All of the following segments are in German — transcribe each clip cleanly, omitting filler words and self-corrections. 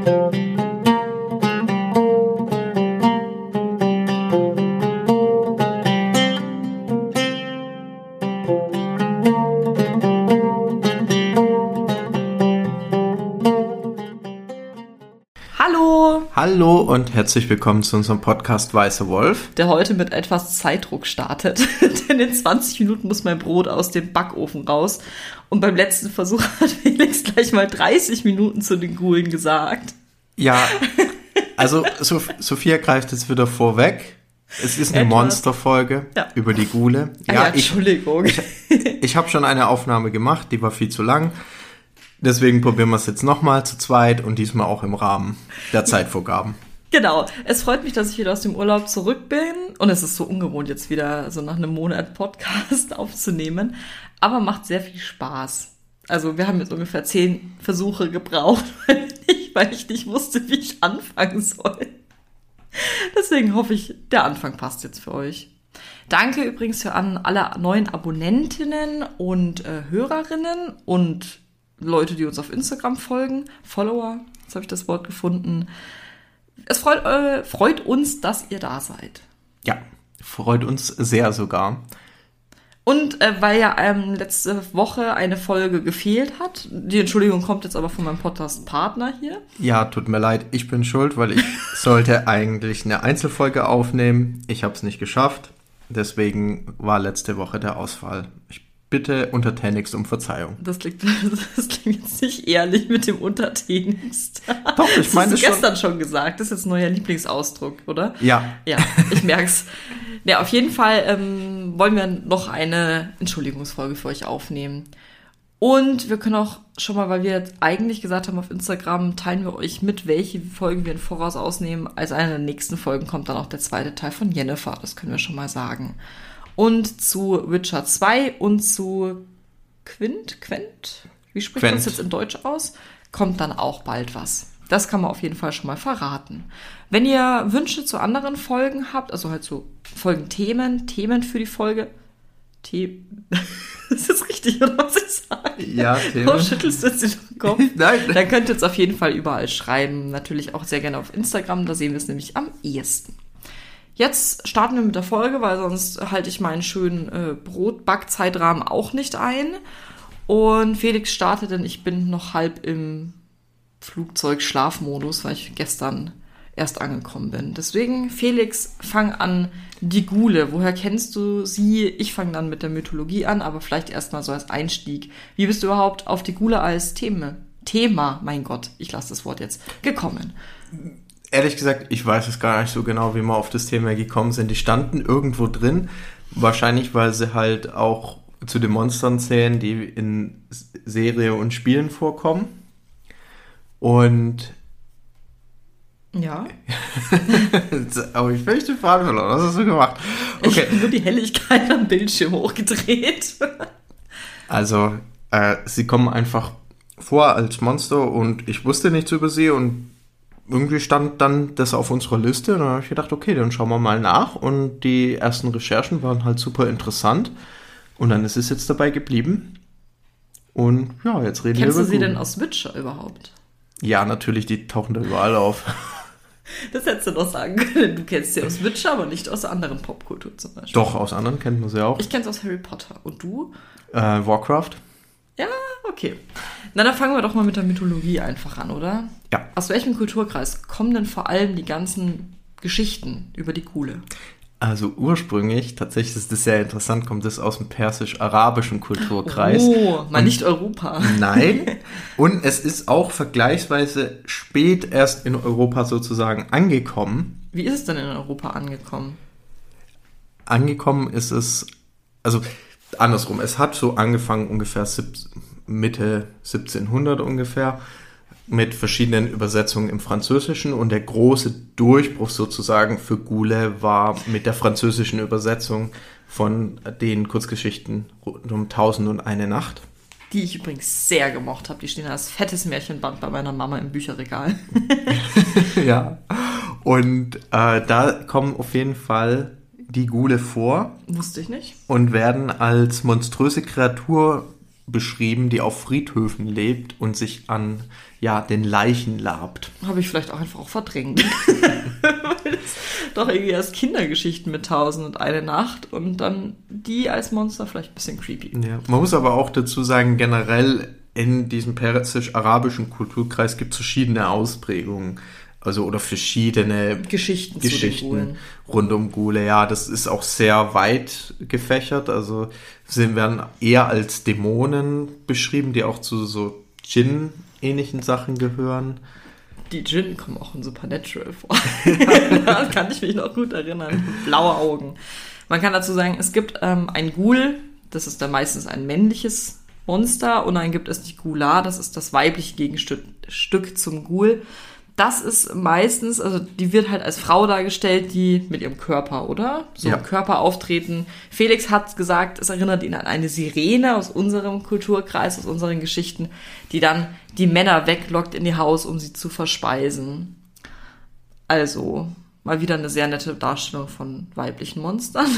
Hallo und herzlich willkommen zu unserem Podcast Weißer Wolf, der heute mit etwas Zeitdruck startet, denn in 20 Minuten muss mein Brot aus dem Backofen raus und beim letzten Versuch hat Felix gleich mal 30 Minuten zu den Gulen gesagt. Ja, also Sophia greift jetzt wieder vorweg. Es ist eine Monsterfolge über die Gule. Ja, Entschuldigung. Ich habe schon eine Aufnahme gemacht, die war viel zu lang. Deswegen probieren wir es jetzt nochmal zu zweit und diesmal auch im Rahmen der Zeitvorgaben. Genau. Es freut mich, dass ich wieder aus dem Urlaub zurück bin. Und es ist so ungewohnt, jetzt wieder so nach einem Monat Podcast aufzunehmen. Aber macht sehr viel Spaß. Also wir haben jetzt ungefähr 10 Versuche gebraucht, weil ich nicht wusste, wie ich anfangen soll. Deswegen hoffe ich, der Anfang passt jetzt für euch. Danke übrigens an alle neuen Abonnentinnen und Hörerinnen und Leute, die uns auf Instagram folgen, Follower, jetzt habe ich das Wort gefunden. Es freut uns, dass ihr da seid. Ja, freut uns sehr sogar. Und weil ja letzte Woche eine Folge gefehlt hat, die Entschuldigung kommt jetzt aber von meinem Podcast-Partner hier. Ja, tut mir leid, ich bin schuld, weil ich sollte eigentlich eine Einzelfolge aufnehmen. Ich habe es nicht geschafft, deswegen war letzte Woche der Ausfall. Ich bitte untertänigst um Verzeihung. Das klingt jetzt nicht ehrlich mit dem untertänigst. Doch, ich meine das hast du gestern schon gesagt. Das ist jetzt ein neuer Lieblingsausdruck, oder? Ja. Ja, ich merk's. Ja, auf jeden Fall wollen wir noch eine Entschuldigungsfolge für euch aufnehmen. Und wir können auch schon mal, weil wir jetzt eigentlich gesagt haben auf Instagram, teilen wir euch mit, welche Folgen wir im Voraus ausnehmen. Als eine der nächsten Folgen kommt dann auch der zweite Teil von Jennifer. Das können wir schon mal sagen. Und zu Witcher 2 und zu Quent? Wie spricht man das jetzt in Deutsch aus? Kommt dann auch bald was. Das kann man auf jeden Fall schon mal verraten. Wenn ihr Wünsche zu anderen Folgen habt, also halt so Folgenthemen, Themen für die Folge. Ist das richtig, oder was ich sage? Ja, Themen. Warum schüttelst du jetzt den Kopf? Nein. Dann könnt ihr es auf jeden Fall überall schreiben. Natürlich auch sehr gerne auf Instagram, da sehen wir es nämlich am ehesten. Jetzt starten wir mit der Folge, weil sonst halte ich meinen schönen Brotbackzeitrahmen auch nicht ein. Und Felix startet, denn ich bin noch halb im Flugzeug-Schlafmodus, weil ich gestern erst angekommen bin. Deswegen, Felix, fang an, die Gule. Woher kennst du sie? Ich fange dann mit der Mythologie an, aber vielleicht erstmal so als Einstieg. Wie bist du überhaupt auf die Gule als Thema, mein Gott, ich lasse das Wort jetzt, gekommen? Ehrlich gesagt, ich weiß es gar nicht so genau, wie wir auf das Thema gekommen sind. Die standen irgendwo drin, wahrscheinlich, weil sie halt auch zu den Monstern zählen, die in Serie und Spielen vorkommen. Und ja. Aber ich völlig den Faden verloren. Was hast du gemacht? Okay. Ich habe nur die Helligkeit am Bildschirm hochgedreht. Also, sie kommen einfach vor als Monster und ich wusste nichts über sie und irgendwie stand dann das auf unserer Liste und dann habe ich gedacht, okay, dann schauen wir mal nach und die ersten Recherchen waren halt super interessant und dann ist es jetzt dabei geblieben und ja, jetzt reden wir über Kennst du sie Gule. denn aus Witcher überhaupt? Ja, natürlich, die tauchen da überall auf. Das hättest du doch sagen können, du kennst sie aus Witcher, aber nicht aus der anderen Popkultur zum Beispiel. Doch, aus anderen kennt man sie auch. Ich kenne es aus Harry Potter. Und du? Warcraft. Ja, okay. Na, dann fangen wir doch mal mit der Mythologie einfach an, oder? Ja. Aus welchem Kulturkreis kommen denn vor allem die ganzen Geschichten über die Gule? Also ursprünglich, tatsächlich ist das sehr interessant, kommt das aus dem persisch-arabischen Kulturkreis. Oh, mal nicht Europa. Nein. Und es ist auch vergleichsweise spät erst in Europa sozusagen angekommen. Wie ist es denn in Europa angekommen? Angekommen ist es, also andersrum, es hat so angefangen ungefähr Mitte 1700 ungefähr mit verschiedenen Übersetzungen im Französischen und der große Durchbruch sozusagen für Gule war mit der französischen Übersetzung von den Kurzgeschichten rund um 1001 Nacht. Die ich übrigens sehr gemocht habe. Die stehen als fettes Märchenband bei meiner Mama im Bücherregal. Ja, und da kommen auf jeden Fall die Gule vor. Wusste ich nicht. Und werden als monströse Kreatur beschrieben, die auf Friedhöfen lebt und sich an den Leichen labt. Habe ich vielleicht auch einfach verdrängt. Weil das doch irgendwie erst Kindergeschichten mit 1001 Nacht und dann die als Monster vielleicht ein bisschen creepy. Ja. Man muss aber auch dazu sagen, generell in diesem persisch-arabischen Kulturkreis gibt es verschiedene Ausprägungen. Also oder verschiedene Geschichten zu den Ghulen. Rund um Ghule. Ja, das ist auch sehr weit gefächert. Also sie werden eher als Dämonen beschrieben, die auch zu so Djinn-ähnlichen Sachen gehören. Die Djinn kommen auch in Supernatural vor. Da kann ich mich noch gut erinnern. Blaue Augen. Man kann dazu sagen, es gibt ein Ghul, das ist dann meistens ein männliches Monster, und dann gibt es die Ghula, das ist das weibliche Gegenstück zum Ghul. Das ist meistens, also die wird halt als Frau dargestellt, die mit ihrem Körper, oder? So Ja. im Körper auftreten. Felix hat gesagt, es erinnert ihn an eine Sirene aus unserem Kulturkreis, aus unseren Geschichten, die dann die Männer weglockt in ihr Haus, um sie zu verspeisen. Also, mal wieder eine sehr nette Darstellung von weiblichen Monstern.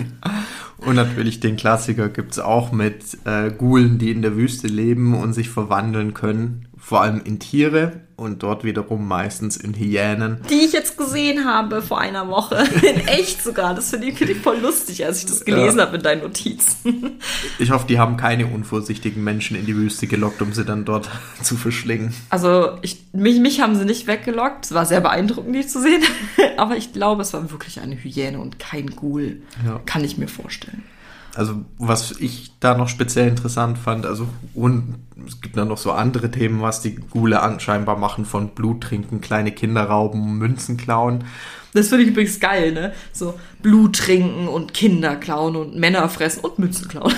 Und natürlich den Klassiker gibt's auch mit Ghulen, die in der Wüste leben und sich verwandeln können, vor allem in Tiere und dort wiederum meistens in Hyänen. Die ich jetzt gesehen habe vor einer Woche. In echt sogar. Das finde ich voll lustig, als ich das gelesen habe in deinen Notizen. Ich hoffe, die haben keine unvorsichtigen Menschen in die Wüste gelockt, um sie dann dort zu verschlingen. Also mich haben sie nicht weggelockt. Es war sehr beeindruckend, die zu sehen. Aber ich glaube, es war wirklich eine Hyäne und kein Ghoul. Ja. Kann ich mir vorstellen. Also was ich da noch speziell interessant fand, also und es gibt dann noch so andere Themen, was die Ghule scheinbar machen, von Blut trinken, kleine Kinder rauben, Münzen klauen. Das finde ich übrigens geil, ne? So Blut trinken und Kinder klauen und Männer fressen und Münzen klauen.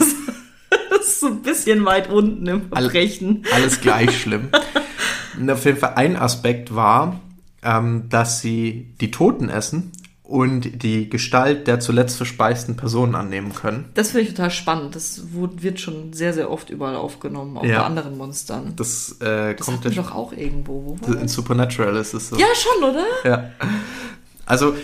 Das ist so ein bisschen weit unten im Verbrechen. Alles gleich schlimm. Und auf jeden Fall ein Aspekt war, dass sie die Toten essen und die Gestalt der zuletzt verspeisten Personen annehmen können. Das finde ich total spannend. Das wird schon sehr, sehr oft überall aufgenommen, auch bei anderen Monstern. Das Das kommt hatten wir doch auch irgendwo. Wo war in das? Supernatural ist es so. Ja, schon, oder? Ja. Also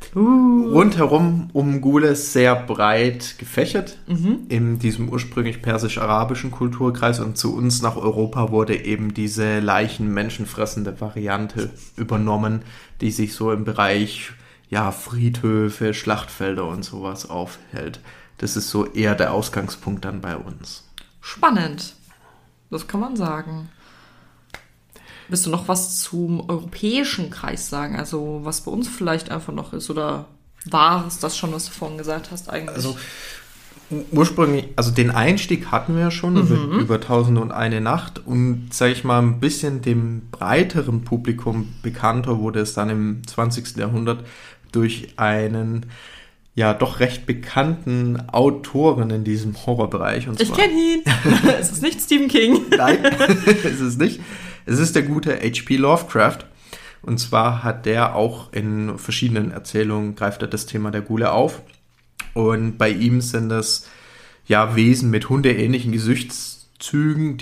rundherum um Ghule ist sehr breit gefächert in diesem ursprünglich persisch-arabischen Kulturkreis, und zu uns nach Europa wurde eben diese leichenmenschenfressende Variante übernommen, die sich so im Bereich Friedhöfe, Schlachtfelder und sowas aufhält. Das ist so eher der Ausgangspunkt dann bei uns. Spannend. Das kann man sagen. Willst du noch was zum europäischen Kreis sagen? Also was bei uns vielleicht einfach noch ist, oder war es das schon, was du vorhin gesagt hast eigentlich? Also ursprünglich, also den Einstieg hatten wir ja schon über 1001 Nacht, und sage ich mal, ein bisschen dem breiteren Publikum bekannter wurde es dann im 20. Jahrhundert durch einen doch recht bekannten Autoren in diesem Horrorbereich. Und ich kenne ihn. Es ist nicht Stephen King. Nein, es ist nicht. Es ist der gute H.P. Lovecraft. Und zwar hat der auch in verschiedenen Erzählungen, greift er das Thema der Ghule auf. Und bei ihm sind das Wesen mit hundeähnlichen Gesichtszügen,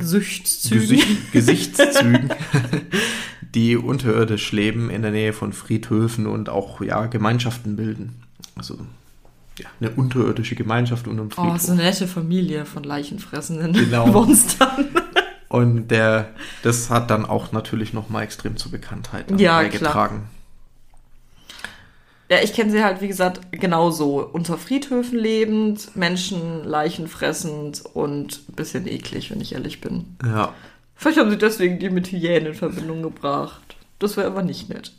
Gesichtszügen, die unterirdisch leben, in der Nähe von Friedhöfen und auch Gemeinschaften bilden. Also eine unterirdische Gemeinschaft und ein Friedhof. Oh, so eine nette Familie von leichenfressenden Monstern. Und das hat dann auch natürlich nochmal extrem zur Bekanntheit beigetragen. Ja, ich kenne sie halt, wie gesagt, genauso. Unter Friedhöfen lebend, Menschen leichenfressend und ein bisschen eklig, wenn ich ehrlich bin. Ja. Vielleicht haben sie deswegen die mit Hyänen in Verbindung gebracht. Das wäre aber nicht nett.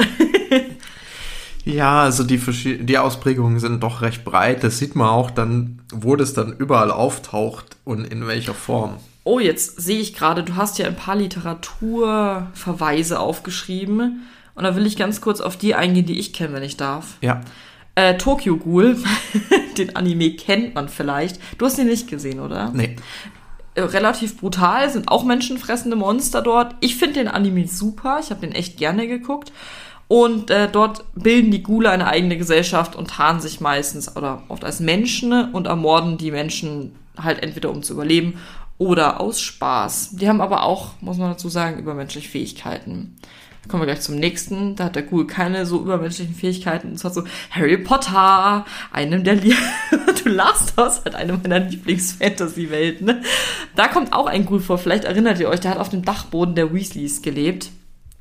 Ja, also die Ausprägungen sind doch recht breit. Das sieht man auch dann, wo das dann überall auftaucht und in welcher Form. Oh, jetzt sehe ich gerade, du hast ja ein paar Literaturverweise aufgeschrieben. Und da will ich ganz kurz auf die eingehen, die ich kenne, wenn ich darf. Ja. Tokyo Ghoul, den Anime kennt man vielleicht. Du hast ihn nicht gesehen, oder? Nee. Relativ brutal, sind auch menschenfressende Monster dort. Ich finde den Anime super, ich habe den echt gerne geguckt. Und dort bilden die Ghule eine eigene Gesellschaft und tarnen sich meistens oder oft als Menschen und ermorden die Menschen halt entweder um zu überleben oder aus Spaß. Die haben aber auch, muss man dazu sagen, übermenschliche Fähigkeiten. Kommen wir gleich zum nächsten. Da hat der Ghoul keine so übermenschlichen Fähigkeiten. Und zwar so Harry Potter, du lachst aus, halt eine meiner Lieblings-Fantasy-Welten. Ne? Da kommt auch ein Ghoul vor. Vielleicht erinnert ihr euch, der hat auf dem Dachboden der Weasleys gelebt.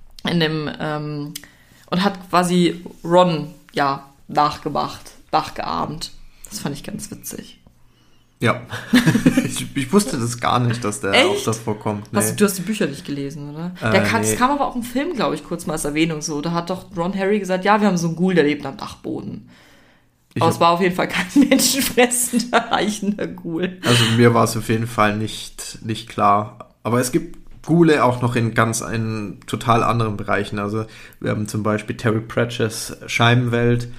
Und hat quasi Ron, nachgeahmt. Das fand ich ganz witzig. Ja, ich wusste das gar nicht, dass der auch das vorkommt. Nee. Du hast die Bücher nicht gelesen, oder? Es kam aber auch im Film, glaube ich, kurz mal als Erwähnung so. Da hat doch Ron Harry gesagt, ja, wir haben so einen Ghoul, der lebt am Dachboden. Aber es war auf jeden Fall kein menschenfressender, reichender Ghoul. Also mir war es auf jeden Fall nicht klar. Aber es gibt Ghule auch noch in einen total anderen Bereichen. Also wir haben zum Beispiel Terry Pratchett's Scheibenwelt,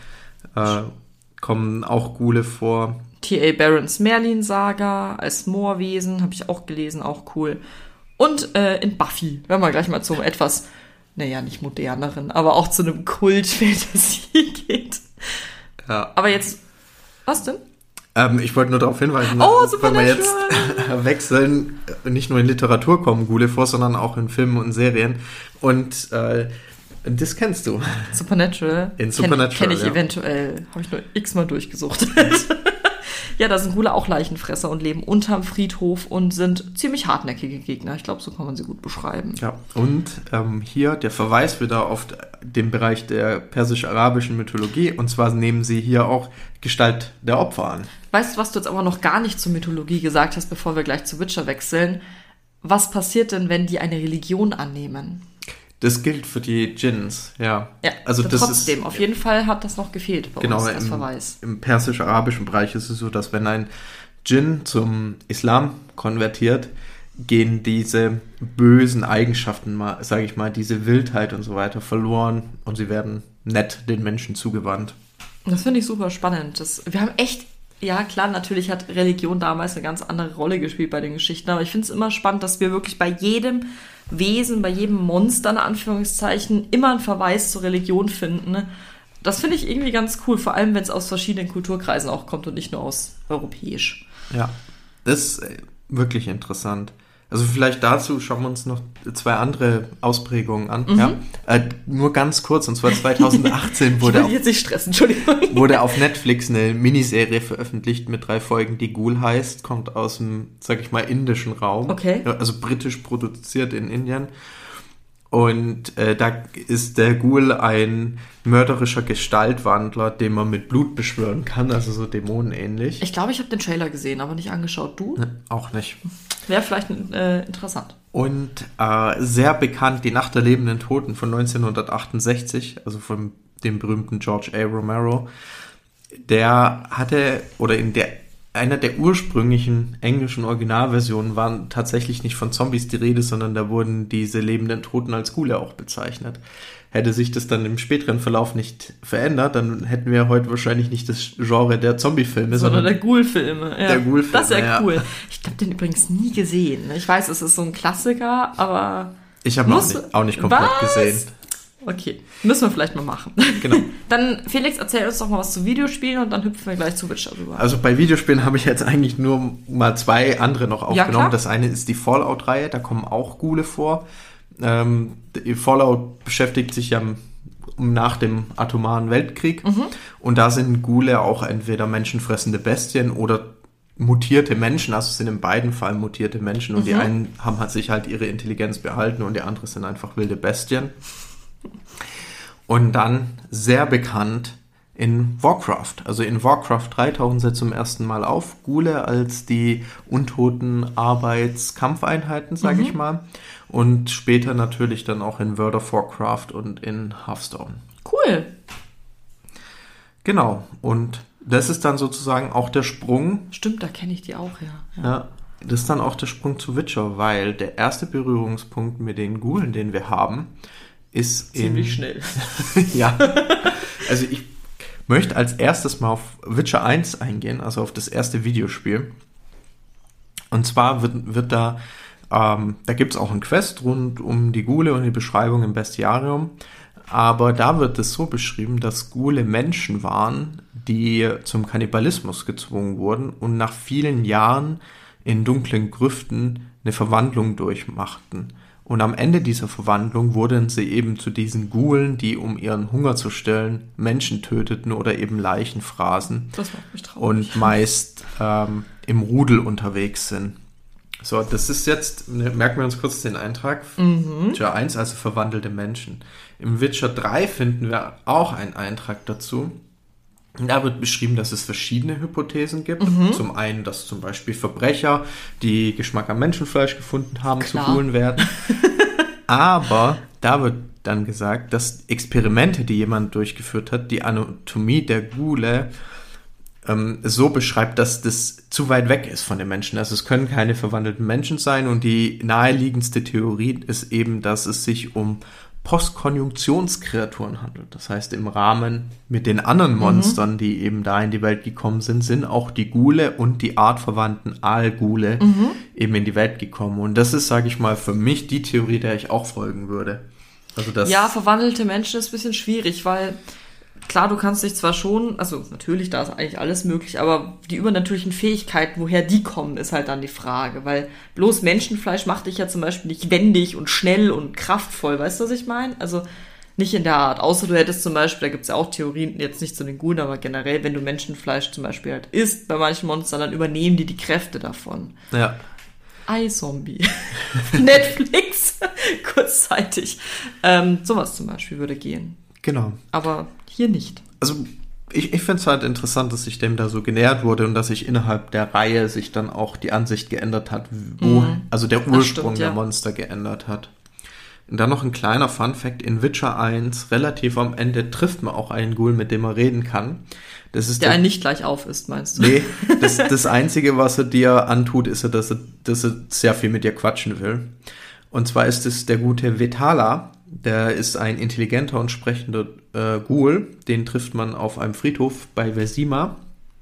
kommen auch Ghule vor. T.A. Barrons Merlin-Saga als Moorwesen, habe ich auch gelesen, auch cool. Und in Buffy, wenn man gleich mal zum etwas, nicht moderneren, aber auch zu einem Kult-Fantasy geht. Ja. Aber jetzt, was denn? Ich wollte nur darauf hinweisen, wenn wir jetzt wechseln, nicht nur in Literatur kommen Ghule vor, sondern auch in Filmen und Serien. Und das kennst du. Supernatural. In Supernatural, Kenn ich eventuell. Habe ich nur x-mal durchgesucht. Ja, da sind Ghule auch Leichenfresser und leben unterm Friedhof und sind ziemlich hartnäckige Gegner. Ich glaube, so kann man sie gut beschreiben. Ja, und hier der Verweis wieder auf den Bereich der persisch-arabischen Mythologie. Und zwar nehmen sie hier auch Gestalt der Opfer an. Weißt du, was du jetzt aber noch gar nicht zur Mythologie gesagt hast, bevor wir gleich zu Witcher wechseln? Was passiert denn, wenn die eine Religion annehmen? Das gilt für die Djinns, ja. Ja, also das trotzdem. Auf jeden Fall hat das noch gefehlt bei uns, das Verweis. Im persisch-arabischen Bereich ist es so, dass wenn ein Djinn zum Islam konvertiert, gehen diese bösen Eigenschaften, sage ich mal, diese Wildheit und so weiter verloren und sie werden nett den Menschen zugewandt. Das finde ich super spannend. Wir haben echt, ja klar, natürlich hat Religion damals eine ganz andere Rolle gespielt bei den Geschichten, aber ich finde es immer spannend, dass wir wirklich bei jedem Wesen, bei jedem Monster, in Anführungszeichen, immer einen Verweis zur Religion finden. Das finde ich irgendwie ganz cool, vor allem wenn es aus verschiedenen Kulturkreisen auch kommt und nicht nur aus europäisch. Ja, das ist wirklich interessant. Also vielleicht dazu schauen wir uns noch 2 andere Ausprägungen an. Ja? Nur ganz kurz, und zwar 2018 wurde auf Netflix eine Miniserie veröffentlicht mit 3 Folgen, die Ghoul heißt, kommt aus dem, sag ich mal, indischen Raum. Okay. Also britisch produziert in Indien. Und da ist der Ghoul ein mörderischer Gestaltwandler, den man mit Blut beschwören kann, also so dämonenähnlich. Ich glaube, ich habe den Trailer gesehen, aber nicht angeschaut. Du? Auch nicht. Wäre vielleicht interessant. Und sehr bekannt, Die Nacht der lebenden Toten von 1968, also von dem berühmten George A. Romero. Der hatte, oder einer der ursprünglichen englischen Originalversionen waren tatsächlich nicht von Zombies die Rede, sondern da wurden diese lebenden Toten als Ghule auch bezeichnet. Hätte sich das dann im späteren Verlauf nicht verändert, dann hätten wir heute wahrscheinlich nicht das Genre der Zombie-Filme, sondern der Ghoul-Filme. Ja. Der Ghoul-Filme, das ist ja cool. Ich habe den übrigens nie gesehen. Ich weiß, es ist so ein Klassiker, aber... Ich habe auch nicht komplett gesehen. Okay, müssen wir vielleicht mal machen. Genau. Dann, Felix, erzähl uns doch mal was zu Videospielen und dann hüpfen wir gleich zu Witcher rüber. Also bei Videospielen habe ich jetzt eigentlich nur mal 2 andere noch aufgenommen. Ja, das eine ist die Fallout-Reihe, da kommen auch Ghule vor. Fallout beschäftigt sich ja nach dem atomaren Weltkrieg und da sind Ghule auch entweder menschenfressende Bestien oder mutierte Menschen, also es sind in beiden Fällen mutierte Menschen und die einen haben sich halt ihre Intelligenz behalten und die anderen sind einfach wilde Bestien. Und dann sehr bekannt in Warcraft. Also in Warcraft 3 tauchen sie zum ersten Mal auf. Ghule als die untoten Arbeitskampfeinheiten, sage ich mal. Und später natürlich dann auch in World of Warcraft und in Hearthstone. Cool. Genau. Und das ist dann sozusagen auch der Sprung. Stimmt, da kenne ich die auch, ja. Das ist dann auch der Sprung zu Witcher, weil der erste Berührungspunkt mit den Ghulen, den wir haben, ist ziemlich schnell. Ja. Also ich möchte als erstes mal auf Witcher 1 eingehen, also auf das erste Videospiel. Und zwar wird da gibt es auch einen Quest rund um die Ghule und die Beschreibung im Bestiarium. Aber da wird es so beschrieben, dass Ghule Menschen waren, die zum Kannibalismus gezwungen wurden und nach vielen Jahren in dunklen Grüften eine Verwandlung durchmachten Und am Ende dieser Verwandlung wurden sie eben zu diesen Ghoulen, die, um ihren Hunger zu stillen, Menschen töteten oder eben Leichen fraßen. Das macht mich traurig. Und meist im Rudel unterwegs sind. So, das ist jetzt, merken wir uns kurz den Eintrag. Witcher 1, also verwandelte Menschen. Im Witcher 3 finden wir auch einen Eintrag dazu. Da wird beschrieben, dass es verschiedene Hypothesen gibt. Zum einen, dass zum Beispiel Verbrecher, die Geschmack am Menschenfleisch gefunden haben, zu Ghoulen werden. Aber da wird dann gesagt, dass Experimente, die jemand durchgeführt hat, die Anatomie der Ghule so beschreibt, dass das zu weit weg ist von den Menschen. Also es können keine verwandelten Menschen sein und die naheliegendste Theorie ist eben, dass es sich um Postkonjunktionskreaturen handelt. Das heißt, im Rahmen mit den anderen Monstern, die eben da in die Welt gekommen sind, sind auch die Ghule und die artverwandten Aalghule eben in die Welt gekommen. Und das ist, sage ich mal, für mich die Theorie, der ich auch folgen würde. Also das verwandelte Menschen ist ein bisschen schwierig, weil klar, du kannst dich zwar schon, also natürlich, da ist eigentlich alles möglich, aber die übernatürlichen Fähigkeiten, woher die kommen, ist halt dann die Frage, weil bloß Menschenfleisch macht dich ja zum Beispiel nicht wendig und schnell und kraftvoll, weißt du, was ich meine? Also nicht in der Art, außer du hättest zum Beispiel, da gibt es ja auch Theorien, jetzt nicht zu den Ghoulen, aber generell, wenn du Menschenfleisch zum Beispiel halt isst, bei manchen Monstern, dann übernehmen die Kräfte davon. Ja. iZombie. Netflix, kurzzeitig. Sowas zum Beispiel würde gehen. Genau. Aber hier nicht. Also ich finde es halt interessant, dass sich dem da so genähert wurde und dass sich innerhalb der Reihe sich dann auch die Ansicht geändert hat, also der Ursprung der Monster geändert hat. Und dann noch ein kleiner Funfact, in Witcher 1, relativ am Ende, trifft man auch einen Ghoul, mit dem man reden kann. Das ist der einen nicht gleich auf ist, meinst du? Nee, das Einzige, was er dir antut, ist, dass er sehr viel mit dir quatschen will. Und zwar ist es der gute Vetala. Der ist ein intelligenter und sprechender Ghoul. Den trifft man auf einem Friedhof bei Versima.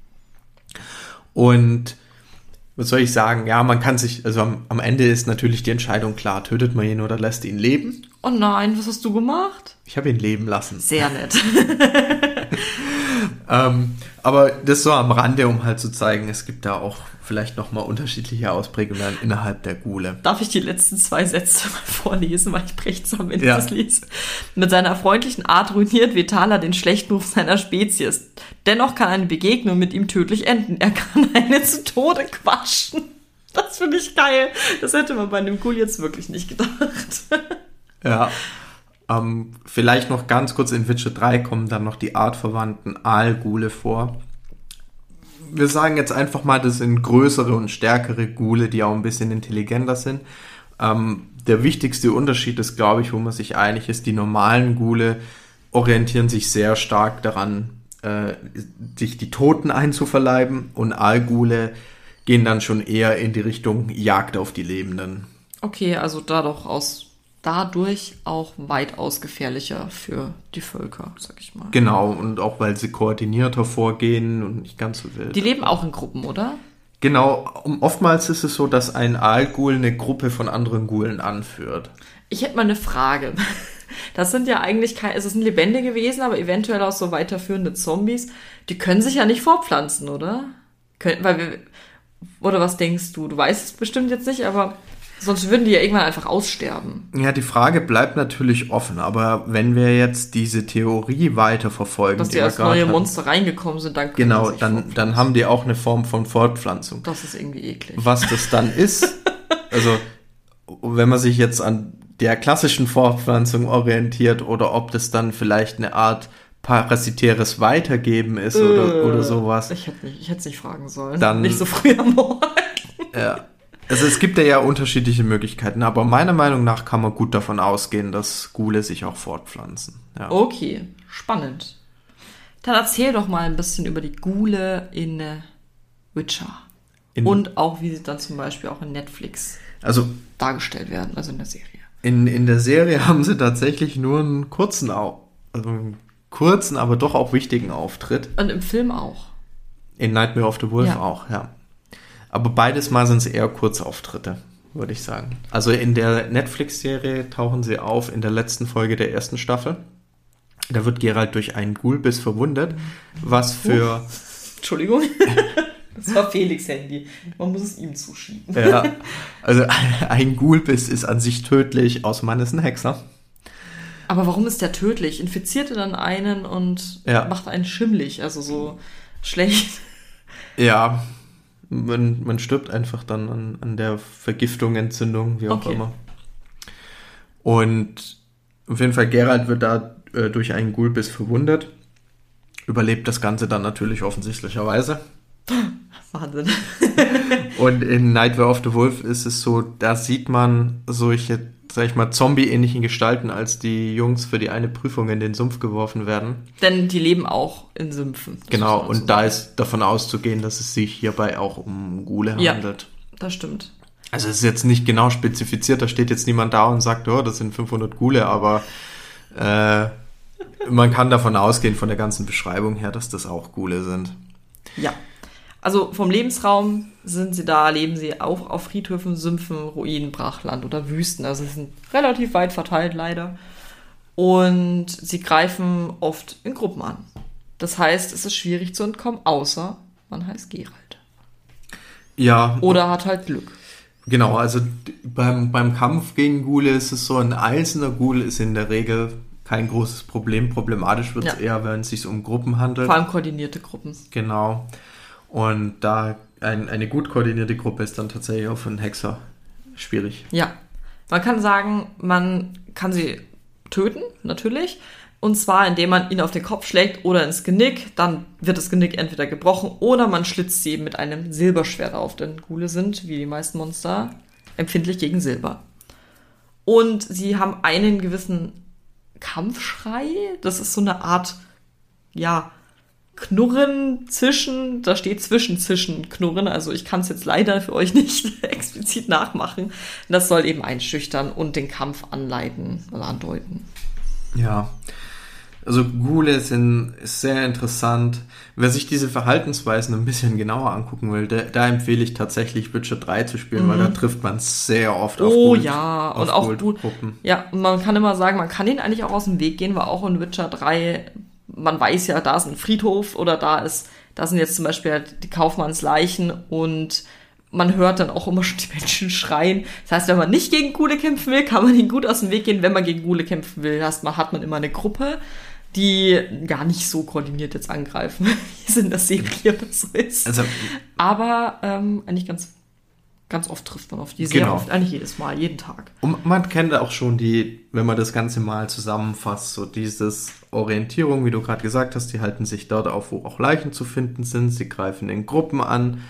Und was soll ich sagen? Ja, man kann sich, also am Ende ist natürlich die Entscheidung klar, tötet man ihn oder lässt ihn leben. Oh nein, was hast du gemacht? Ich habe ihn leben lassen. Sehr nett. Aber das so am Rande, um halt zu zeigen, es gibt da auch vielleicht nochmal unterschiedliche Ausprägungen innerhalb der Ghule. Darf ich die letzten 2 Sätze mal vorlesen, weil ich brechtsam, wenn ich das lese. Mit seiner freundlichen Art ruiniert Vetala den schlechten Ruf seiner Spezies. Dennoch kann eine Begegnung mit ihm tödlich enden. Er kann eine zu Tode quatschen. Das finde ich geil. Das hätte man bei einem Ghoul jetzt wirklich nicht gedacht. Ja. Vielleicht noch ganz kurz, in Witcher 3 kommen dann noch die artverwandten Aalghule vor. Wir sagen jetzt einfach mal, das sind größere und stärkere Ghule, die auch ein bisschen intelligenter sind. Der wichtigste Unterschied ist, glaube ich, wo man sich einig ist, die normalen Ghule orientieren sich sehr stark daran, sich die Toten einzuverleiben, und Aalghule gehen dann schon eher in die Richtung Jagd auf die Lebenden. Okay, also dadurch auch weitaus gefährlicher für die Völker, sag ich mal. Genau, und auch weil sie koordinierter vorgehen und nicht ganz so wild. Die leben auch in Gruppen, oder? Genau, oftmals ist es so, dass ein Aalghoul eine Gruppe von anderen Ghoulen anführt. Ich hätte mal eine Frage. Das sind ja eigentlich es sind lebendige Wesen, aber eventuell auch so weiterführende Zombies. Die können sich ja nicht fortpflanzen, oder? Oder was denkst du? Du weißt es bestimmt jetzt nicht, aber sonst würden die ja irgendwann einfach aussterben. Ja, die Frage bleibt natürlich offen, aber wenn wir jetzt diese Theorie weiterverfolgen, dass die als neue Monster reingekommen sind, dann können genau, dann haben die auch eine Form von Fortpflanzung. Das ist irgendwie eklig. Was das dann ist, also wenn man sich jetzt an der klassischen Fortpflanzung orientiert oder ob das dann vielleicht eine Art parasitäres Weitergeben ist oder sowas. Ich hätte es nicht fragen sollen. Dann, nicht so früh am Morgen. Ja. Also es gibt ja unterschiedliche Möglichkeiten, aber meiner Meinung nach kann man gut davon ausgehen, dass Ghule sich auch fortpflanzen. Ja. Okay, spannend. Dann erzähl doch mal ein bisschen über die Ghule in Witcher. Und auch, wie sie dann zum Beispiel auch in Netflix dargestellt werden, also in der Serie. In der Serie haben sie tatsächlich nur einen kurzen, aber doch auch wichtigen Auftritt. Und im Film auch. In Nightmare of the Wolf auch, ja. Aber beides Mal sind es eher Kurzauftritte, würde ich sagen. Also in der Netflix-Serie tauchen sie auf in der letzten Folge der ersten Staffel. Da wird Geralt durch einen Ghoulbiss verwundet, was für... Entschuldigung. Das war Felix' Handy. Man muss es ihm zuschieben. Ja, also ein Ghoulbiss ist an sich tödlich, außer man ist ein Hexer. Aber warum ist der tödlich? Infiziert er dann einen und macht einen schimmlig, also so schlecht? Ja, man stirbt einfach dann an der Vergiftung, Entzündung, wie auch immer. Und auf jeden Fall, Geralt wird da durch einen Ghoulbiss verwundet. Überlebt das Ganze dann natürlich offensichtlicherweise. Wahnsinn. Und in Nightmare of the Wolf ist es so, da sieht man solche, sag ich mal, zombie-ähnlichen Gestalten, als die Jungs für die eine Prüfung in den Sumpf geworfen werden. Denn die leben auch in Sümpfen. Genau, und so da ist davon auszugehen, dass es sich hierbei auch um Ghule handelt. Ja, das stimmt. Also es ist jetzt nicht genau spezifiziert, da steht jetzt niemand da und sagt, oh, das sind 500 Ghule, aber man kann davon ausgehen, von der ganzen Beschreibung her, dass das auch Ghule sind. Ja, also vom Lebensraum leben sie auch auf Friedhöfen, Sümpfen, Ruinen, Brachland oder Wüsten. Also sie sind relativ weit verteilt leider. Und sie greifen oft in Gruppen an. Das heißt, es ist schwierig zu entkommen, außer man heißt Geralt. Ja. Oder hat halt Glück. Genau, also beim Kampf gegen Ghule ist es so, ein einzelner Ghule ist in der Regel kein großes Problem. Problematisch wird es eher, wenn es sich um Gruppen handelt. Vor allem koordinierte Gruppen. Genau. Und da eine gut koordinierte Gruppe ist dann tatsächlich auch für einen Hexer schwierig. Ja, man kann sagen, man kann sie töten, natürlich. Und zwar, indem man ihn auf den Kopf schlägt oder ins Genick. Dann wird das Genick entweder gebrochen oder man schlitzt sie mit einem Silberschwert auf. Denn Ghule sind, wie die meisten Monster, empfindlich gegen Silber. Und sie haben einen gewissen Kampfschrei. Das ist so eine Art, Knurren, Zischen. Da steht Zischen, Knurren. Also ich kann es jetzt leider für euch nicht explizit nachmachen. Das soll eben einschüchtern und den Kampf anleiten oder andeuten. Ja, also Ghule ist sehr interessant. Wer sich diese Verhaltensweisen ein bisschen genauer angucken will, da empfehle ich tatsächlich Witcher 3 zu spielen, weil da trifft man sehr oft auf Gruppen. Ja, und man kann immer sagen, man kann ihnen eigentlich auch aus dem Weg gehen, weil auch in Witcher 3, man weiß ja, da ist ein Friedhof oder da sind jetzt zum Beispiel halt die Kaufmannsleichen und man hört dann auch immer schon die Menschen schreien. Das heißt, wenn man nicht gegen Ghule kämpfen will, kann man ihnen gut aus dem Weg gehen. Wenn man gegen Ghule kämpfen will, hat man immer eine Gruppe, die gar nicht so koordiniert jetzt angreifen, wie es in der Serie oder so ist. Also, aber eigentlich ganz oft trifft man auf die, sehr oft, eigentlich jedes Mal, jeden Tag. Und man kennt auch schon wenn man das Ganze mal zusammenfasst, so dieses Orientierung, wie du gerade gesagt hast, die halten sich dort auf, wo auch Leichen zu finden sind, sie greifen in Gruppen an.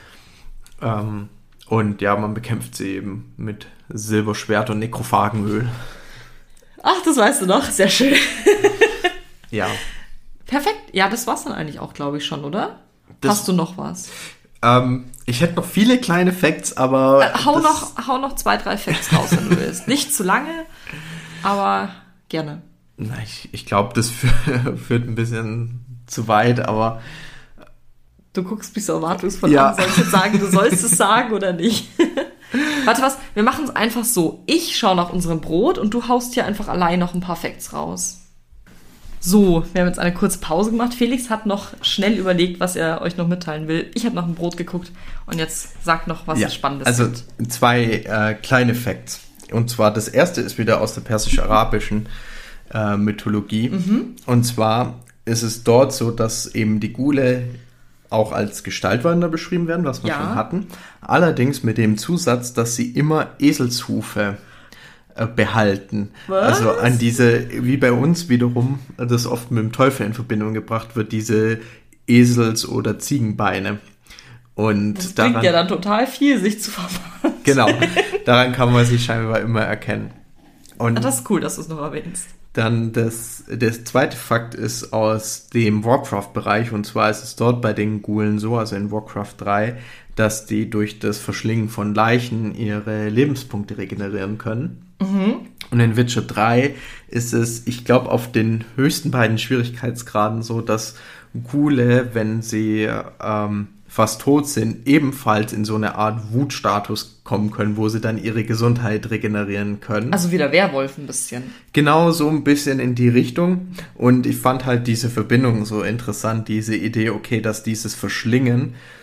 Und ja, man bekämpft sie eben mit Silberschwert und Nekrophagenöl. Ach, das weißt du noch. Sehr schön. Ja. Perfekt. Ja, das war's dann eigentlich auch, glaube ich, schon, oder? Hast du noch was? Ich hätte noch viele kleine Facts, aber... Hau noch 2, 3 Facts raus, wenn du willst. Nicht zu lange, aber gerne. Na, ich glaube, das führt ein bisschen zu weit, aber... Du guckst mich so erwartungsvoll an. Soll ich jetzt sagen, du sollst es sagen oder nicht? Warte, wir machen es einfach so. Ich schaue nach unserem Brot und du haust hier einfach allein noch ein paar Facts raus. So, wir haben jetzt eine kurze Pause gemacht. Felix hat noch schnell überlegt, was er euch noch mitteilen will. Ich habe nach dem Brot geguckt und jetzt sagt noch, was Spannendes also gibt. 2 kleine Facts. Und zwar das erste ist wieder aus der persisch-arabischen Mythologie. Und zwar ist es dort so, dass eben die Ghule auch als Gestaltwander beschrieben werden, was wir schon hatten. Allerdings mit dem Zusatz, dass sie immer Eselshufe behalten. Was? Also an diese, wie bei uns wiederum, das oft mit dem Teufel in Verbindung gebracht wird, diese Esels- oder Ziegenbeine. Und das klingt ja dann total viel, sich zu verwandeln. Genau, daran kann man sich scheinbar immer erkennen. Und das ist cool, dass du es noch erwähnst. Dann der zweite Fakt ist aus dem Warcraft-Bereich, und zwar ist es dort bei den Ghulen so, also in Warcraft 3, dass die durch das Verschlingen von Leichen ihre Lebenspunkte regenerieren können. Und in Witcher 3 ist es, ich glaube, auf den höchsten beiden Schwierigkeitsgraden so, dass Ghule, wenn sie fast tot sind, ebenfalls in so eine Art Wutstatus kommen können, wo sie dann ihre Gesundheit regenerieren können. Also wie der Werwolf ein bisschen. Genau, so ein bisschen in die Richtung. Und ich fand halt diese Verbindung so interessant, diese Idee, okay, dass dieses Verschlingen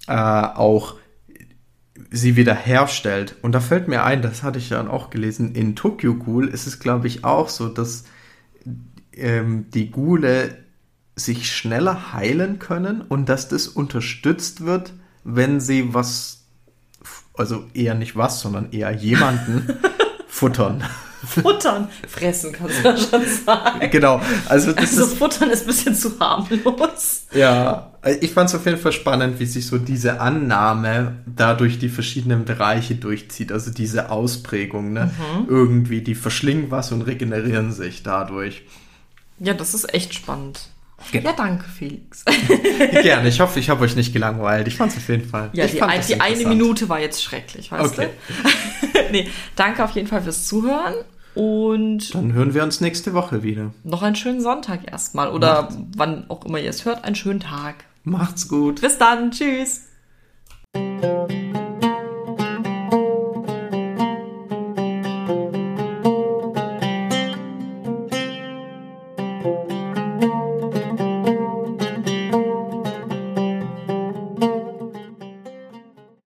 auch sie wiederherstellt. Und da fällt mir ein, das hatte ich dann auch gelesen, in Tokyo Ghoul ist es, glaube ich, auch so, dass die Ghule sich schneller heilen können und dass das unterstützt wird, wenn sie was, also eher nicht was, sondern eher jemanden futtern. Futtern, fressen kannst du ja schon sagen. Genau, also Futtern ist ein bisschen zu harmlos. Ja, ich fand es auf jeden Fall spannend, wie sich so diese Annahme da durch die verschiedenen Bereiche durchzieht, also diese Ausprägung, ne? Irgendwie, die verschlingen was und regenerieren sich dadurch. Ja, das ist echt spannend. Genau. Ja, danke, Felix. Gerne, ich hoffe, ich habe euch nicht gelangweilt. Ich fand es auf jeden Fall. Ja, die eine Minute war jetzt schrecklich, weißt du? Nee, danke auf jeden Fall fürs Zuhören und dann hören wir uns nächste Woche wieder. Noch einen schönen Sonntag erstmal oder wann auch immer ihr es hört, einen schönen Tag. Macht's gut. Bis dann, tschüss.